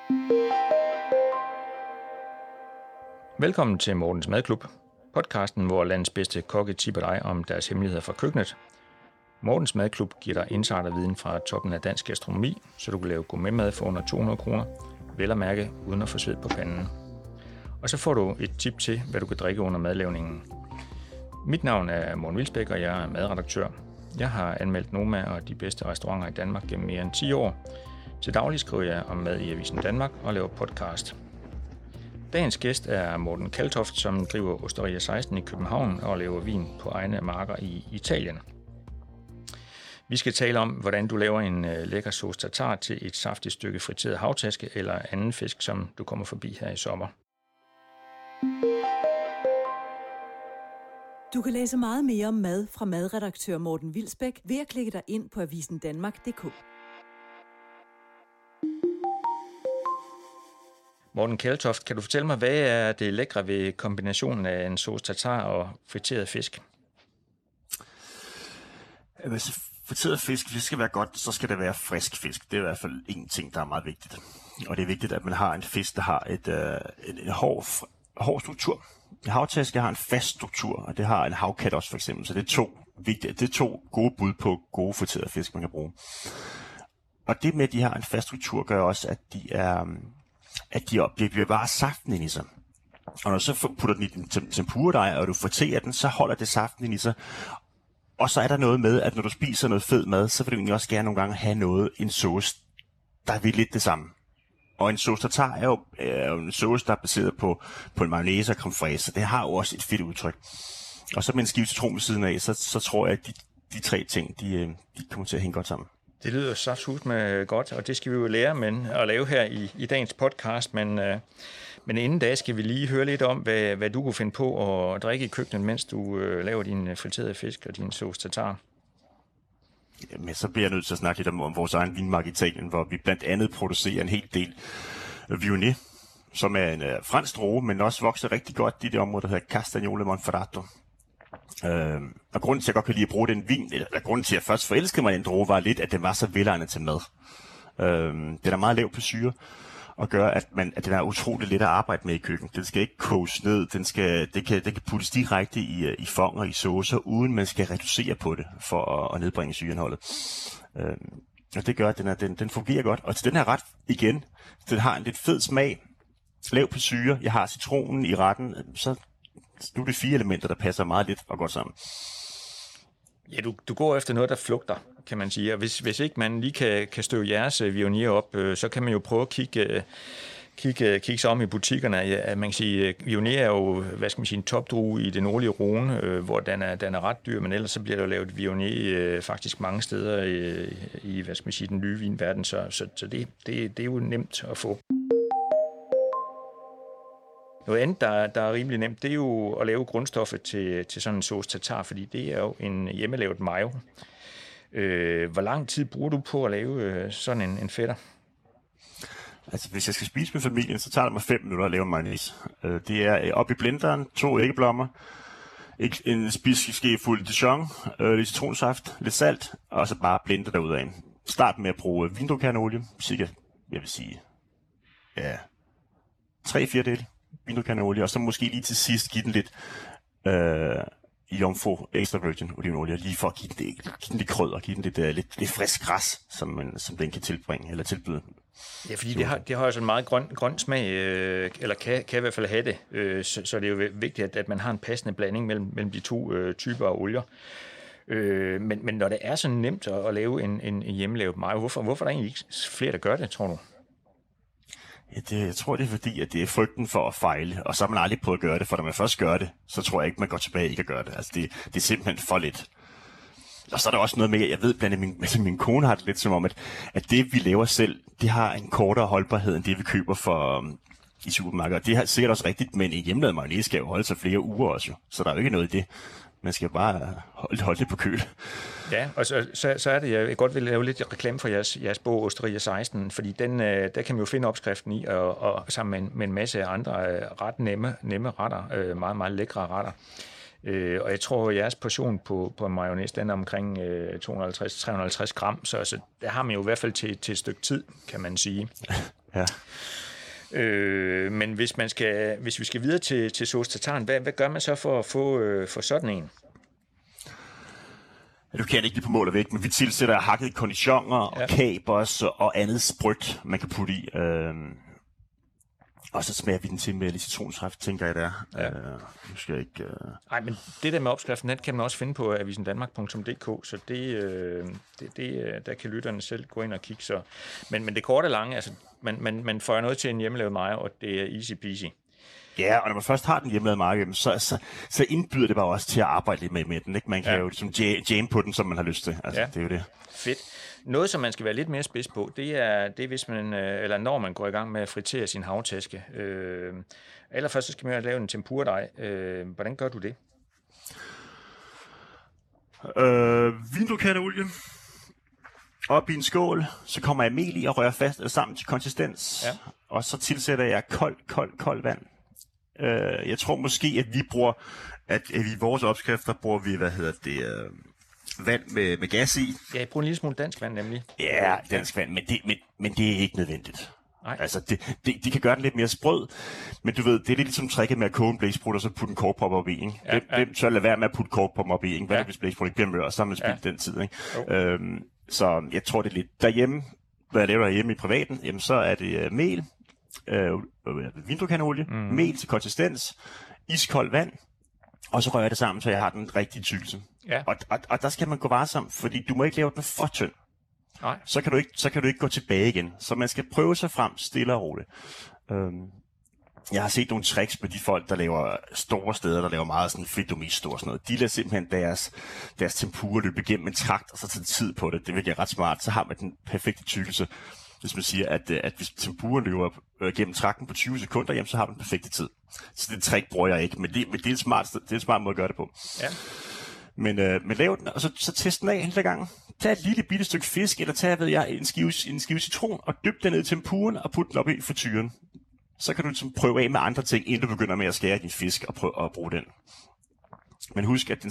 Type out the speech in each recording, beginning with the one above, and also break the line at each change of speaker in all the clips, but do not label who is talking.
Velkommen til Mortens Madklub, podcasten, hvor landets bedste kokke tipper dig om deres hemmeligheder fra køkkenet. Mortens Madklub giver dig insiderviden fra toppen af dansk gastronomi, så du kan lave gourmetmad for under 200 kroner, vel at mærke uden at få sved på panden. Og så får du et tip til, hvad du kan drikke under madlavningen. Mit navn er Morten Vilsbæk, og jeg er madredaktør. Jeg har anmeldt Noma og de bedste restauranter i Danmark gennem mere end 10 år. Til daglig skriver jeg om mad i Avisen Danmark og laver podcast. Dagens gæst er Morten Kaltoft, som driver Osteria 16 i København og laver vin på egne marker i Italien. Vi skal tale om, hvordan du laver en lækker sauce tartare til et saftigt stykke friteret havtaske eller anden fisk, som du kommer forbi her i sommer.
Du kan læse meget mere om mad fra madredaktør Morten Vilsbæk ved at klikke dig ind på avisendanmark.dk.
Morten Kaltoft, kan du fortælle mig, hvad er det lækre ved kombinationen af en sauce tartare og friteret fisk?
Hvis friteret fisk, hvis det skal være godt, så skal det være frisk fisk. Det er i hvert fald en ting, der er meget vigtigt. Og det er vigtigt, at man har en fisk, der har en hård struktur. En havtaske har en fast struktur, og det har en havkat også for eksempel. Så det er to gode bud på gode friterede fisk, man kan bruge. Og det med, at de har en fast struktur, gør også, at de bliver bare saften ind i sig. Og når du så putter den i din tempuradej, og du friterer den, så holder det saften ind i sig. Og så er der noget med, at når du spiser noget fed mad, så vil du egentlig også gerne nogle gange have en sauce, der vil lidt det samme. Og en sauce tartare er jo en sauce, der er baseret på en mayonnaise og creme fraiche, så det har jo også et fedt udtryk. Og så med en skive citron ved siden af, så tror jeg, at de tre ting, de kommer til at hænge godt sammen.
Det lyder så med godt, og det skal vi jo lære at lave her i dagens podcast, men inden da skal vi lige høre lidt om, hvad du kunne finde på at drikke i køkkenet, mens du laver din friterede fisk og din sauce tartare.
Jamen, så bliver jeg nødt til at snakke lidt om vores egen vinmark i Italien, hvor vi blandt andet producerer en hel del Viognier, som er en fransk droge, men også vokser rigtig godt i det område, der hedder Castagnole Monferrato. Og grunden til, at jeg godt kan lide at bruge den vin, eller grunden til, at jeg først forelskede mig i den droge, var lidt, at den var så velegnet til mad. Den er meget lav på syre, og gør, at den er utrolig let at arbejde med i køkkenet. Den skal ikke koges ned, det kan puttes direkte i fong og i saucer, uden man skal reducere på det, for at nedbringe syreindholdet. Og det gør, at den fungerer godt. Og til den her ret, igen, den har en lidt fed smag, lav på syre, jeg har citronen i retten, så nu er det 4 elementer, der passer meget lidt og godt sammen.
Ja, du går efter noget, der flugter, kan man sige. Og hvis ikke man lige kan støve jeres Viognier op, så kan man jo prøve at kigge sig om i butikkerne. Ja, man kan sige, Viognier er jo, en topdrue i det nordlige Rhône, hvor den er ret dyr, men ellers så bliver der jo lavet Viognier faktisk mange steder i den nye vinverden, så det er jo nemt at få. Noget andet, der er rimelig nemt, det er jo at lave grundstoffet til sådan en sauce tartare, fordi det er jo en hjemmelavet mayo. Hvor lang tid bruger du på at lave sådan en fætter?
Altså, hvis jeg skal spise med familien, så tager det mig 5 minutter at lave en mayonnaise. Det er op i blenderen, 2 æggeblommer, en spiseske fuld Dijon, lidt citronsaft, lidt salt, og så bare blende derudad. Start med at bruge vindruekernenolie, cirka, jeg vil sige, 3/4 vindruekernenolie, og så måske lige til sidst give den lidt Jomfru extra virgin olivenolie, lige for at give den lidt krydder, give den lidt frisk græs, som den kan tilbyde.
Ja, fordi det har jo sådan en meget grøn smag, eller kan i hvert fald have det, så det er jo vigtigt, at man har en passende blanding mellem de to typer af olier. Men når det er så nemt at lave en hjemmelavet mayo, hvorfor er der egentlig ikke flere, der gør det, tror du?
Ja, jeg tror, det er fordi, at det er frygten for at fejle, og så har man aldrig prøvet at gøre det, for når man først gør det, så tror jeg ikke, man går tilbage ikke at gøre det. Altså, det er simpelthen for lidt. Og så er der også noget med, jeg ved blandt min kone har det lidt som om, at det, vi laver selv, det har en kortere holdbarhed, end det, vi køber i supermarkedet. Og det er sikkert også rigtigt, men en hjemmelavet mayonnaise skal jo holde sig flere uger også, jo. Så der er jo ikke noget i det. Man skal bare holde det på køl.
Ja, og så er det, jeg godt vil lave lidt reklame for jeres bog Osteria 16, fordi der kan man jo finde opskriften i, og sammen med en masse andre ret nemme retter, meget, meget lækre retter. Og jeg tror, at jeres portion på en mayonnaise, den er omkring 250-350 gram, så der har man jo i hvert fald til et stykke tid, kan man sige.
Ja.
Men hvis vi skal videre til sauce tartaren, hvad gør man så for at få sådan en?
Du kan ikke lige på mål og vægt, men vi tilsætter hakket cornichoner og kapers og andet sprødt, man kan putte i. Og så smager vi den til med lidt citronsaft, tænker jeg der.
Ja.
Nu skal jeg ikke...
Nej, men det der med opskriften, den kan man også finde på avisendanmark.dk, så der kan lytterne selv gå ind og kigge. Så. Men det korte og lange, altså, man får noget til en hjemmelavet mayo, og det er easy peasy.
Ja, og når man først har den hjemmelavede mayo, så indbyder det bare også til at arbejde lidt med den. Ikke? Man kan jo ligesom jam på den, som man har lyst til. Altså, det er jo det.
Fedt. Noget, som man skal være lidt mere spids på, det er hvis man, eller når man går i gang med at fritere sin havtaske. Allerførst så skal man lave en tempurdej. Hvordan gør du det?
Vindruekerneolie. Op i en skål, så kommer jeg mel i og rører fast sammen til konsistens. Ja. Og så tilsætter jeg koldt vand. Jeg tror måske, at vi bruger, at i vores opskrifter bruger vi, vand med gas i.
Ja, jeg bruger en lille smule dansk vand nemlig.
Ja, dansk vand, men det er ikke nødvendigt.
Nej.
Altså, de kan gøre den lidt mere sprød, men du ved, det er lidt ligesom tricket med at koge en blæsprut, og så putte en korkpop op i, ikke? Hvem tør lade være med at putte korkpop op i, ikke? Hvad hvis blæsprut ikke bliver mør, så har man spildt den tid, ikke? Så jeg tror, det er lidt derhjemme, hvad jeg laver derhjemme i privaten, jamen så er det mel, vindruekerneolie, mel til konsistens, iskoldt vand, og så rører jeg det sammen, så jeg har den rigtige tykkelse.
Ja.
Og der skal man gå varsom, fordi du må ikke lave den for tynd.
Nej.
Så kan du ikke gå tilbage igen. Så man skal prøve sig frem stille og roligt. Jeg har set nogle tricks med de folk, der laver store steder, der laver meget sådan fridomisto og sådan noget. De lader simpelthen deres tempura løbe igennem en trakt, og så tager tid på det. Det vil være ret smart. Så har man den perfekte tykkelse. Hvis man siger, at hvis tempura løber gennem trakten på 20 sekunder, jamen, så har man den perfekte tid. Så det trick bruger jeg ikke, men det er en smart måde at gøre det på. Ja. Men lav den, og så test den af hele gangen. Tag et lille bitte stykke fisk, eller tag en skive citron, og dyp den ned i tempuren, og put den op i frityren. Så kan du ligesom prøve af med andre ting, inden du begynder med at skære din fisk og prøve at bruge den. Men husk, at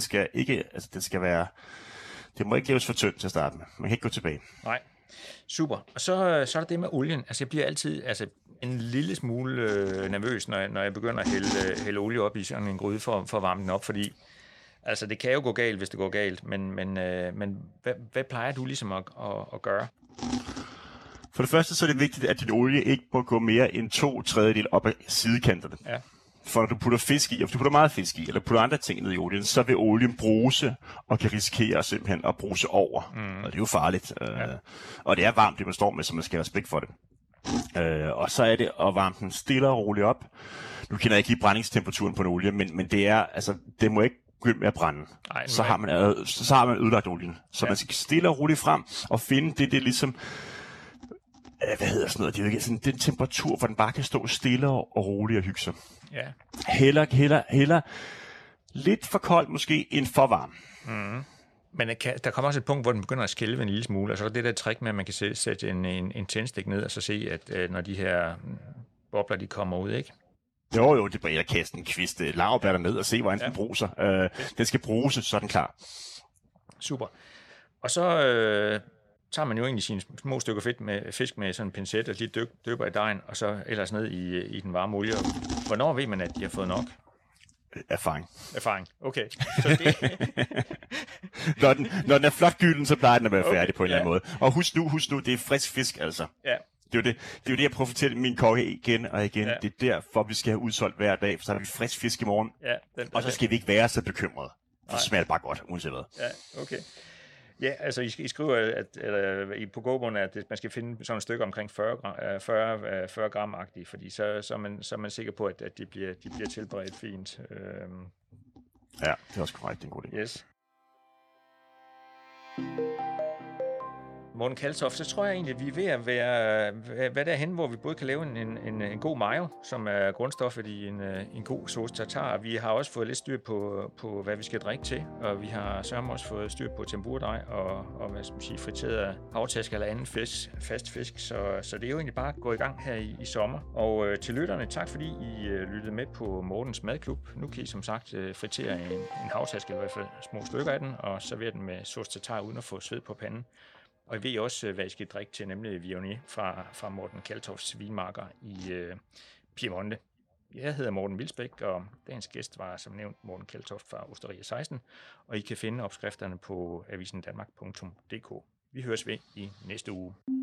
det må ikke laves for tyndt til at starte med. Man kan ikke gå tilbage.
Nej. Super. Og så er der det med olien. Altså jeg bliver altid en lille smule nervøs, når jeg begynder at hælde olie op i sådan en gryde for at varme den op, fordi altså det kan jo gå galt, hvis det går galt, men hvad plejer du ligesom at gøre?
For det første så er det vigtigt, at din olie ikke må gå mere end 2/3 op ad sidekanterne. Ja. For når du putter fisk i, og hvis du putter meget fisk i, eller putter andre ting ned i olien, så vil olien bruse og kan risikere simpelthen at bruse over. Og det er jo farligt. Og det er varmt, det man står med, så man skal have respekt for det. Og så er det at varme den stille og roligt op. Nu kender jeg ikke lige brændingstemperaturen på en olie, men det er, altså, det må ikke begynde med at brænde. Ej, så har man ødelagt olien. Så man skal stille og roligt frem og finde det ligesom, hvad hedder sådan noget, det er jo ikke sådan den temperatur, hvor den bare kan stå stille og roligt og hygge sig. Ja. Heller lidt for koldt måske end for varm.
Men der kommer også et punkt, hvor den begynder at skælve en lille smule, og så er det der trick med, at man kan sætte en tændstik ned, og så se, at når de her bobler, de kommer ud, ikke?
Jo, det er bare at kaste en kvist laurbær ned og se, hvordan den bruser. Den skal bruse, så er den klar.
Super. Og så tager man jo egentlig sine små stykker fisk med sådan en pincet, og lige døber i dejen, og så ellers ned i den varme olie. Hvornår ved man, at de har fået nok? Erfaring, okay. Så det...
når den er flot gylden, så plejer den at være færdig på en eller anden måde. Og husk nu, det er frisk fisk, altså. Ja. Det er jo det, jeg prøver at fortælle min kokke igen og igen. Ja. Det er derfor, vi skal have udsolgt hver dag, for så har vi frisk fisk i morgen. Ja, og så skal vi ikke være så bekymrede. For så smager det bare godt, uanset hvad.
Ja, okay. Ja, altså I skriver på gåbunden, at man skal finde sådan et stykke omkring 40 gram-agtige, fordi så er man sikker på, at de bliver tilberedt fint.
Ja, det er også korrekt, det er en god idé.
Yes. Morten Kaltoft, så tror jeg egentlig, at vi er ved at være derhen, hvor vi både kan lave en god mayo, som er grundstoffet i en god sauce tartar. Vi har også fået lidt styr på hvad vi skal drikke til, og vi har sørme også fået styr på tempuradej og hvad skal man sige, friteret havtaske eller anden fast fisk. Så det er jo egentlig bare at gå i gang her i sommer. Og til lytterne, tak fordi I lyttede med på Mortens Madklub. Nu kan I som sagt fritere en havtaske, eller i hvert fald små stykker af den, og servere den med sauce tartar uden at få sved på panden. Og I ved også, hvad I skal drikke til, nemlig Viognier fra Morten Kaltofts vinmarker i Piemonte. Jeg hedder Morten Vilsbæk, og dagens gæst var som nævnt Morten Kaltoft fra Osteria 16, og I kan finde opskrifterne på avisendanmark.dk. Vi høres ved i næste uge.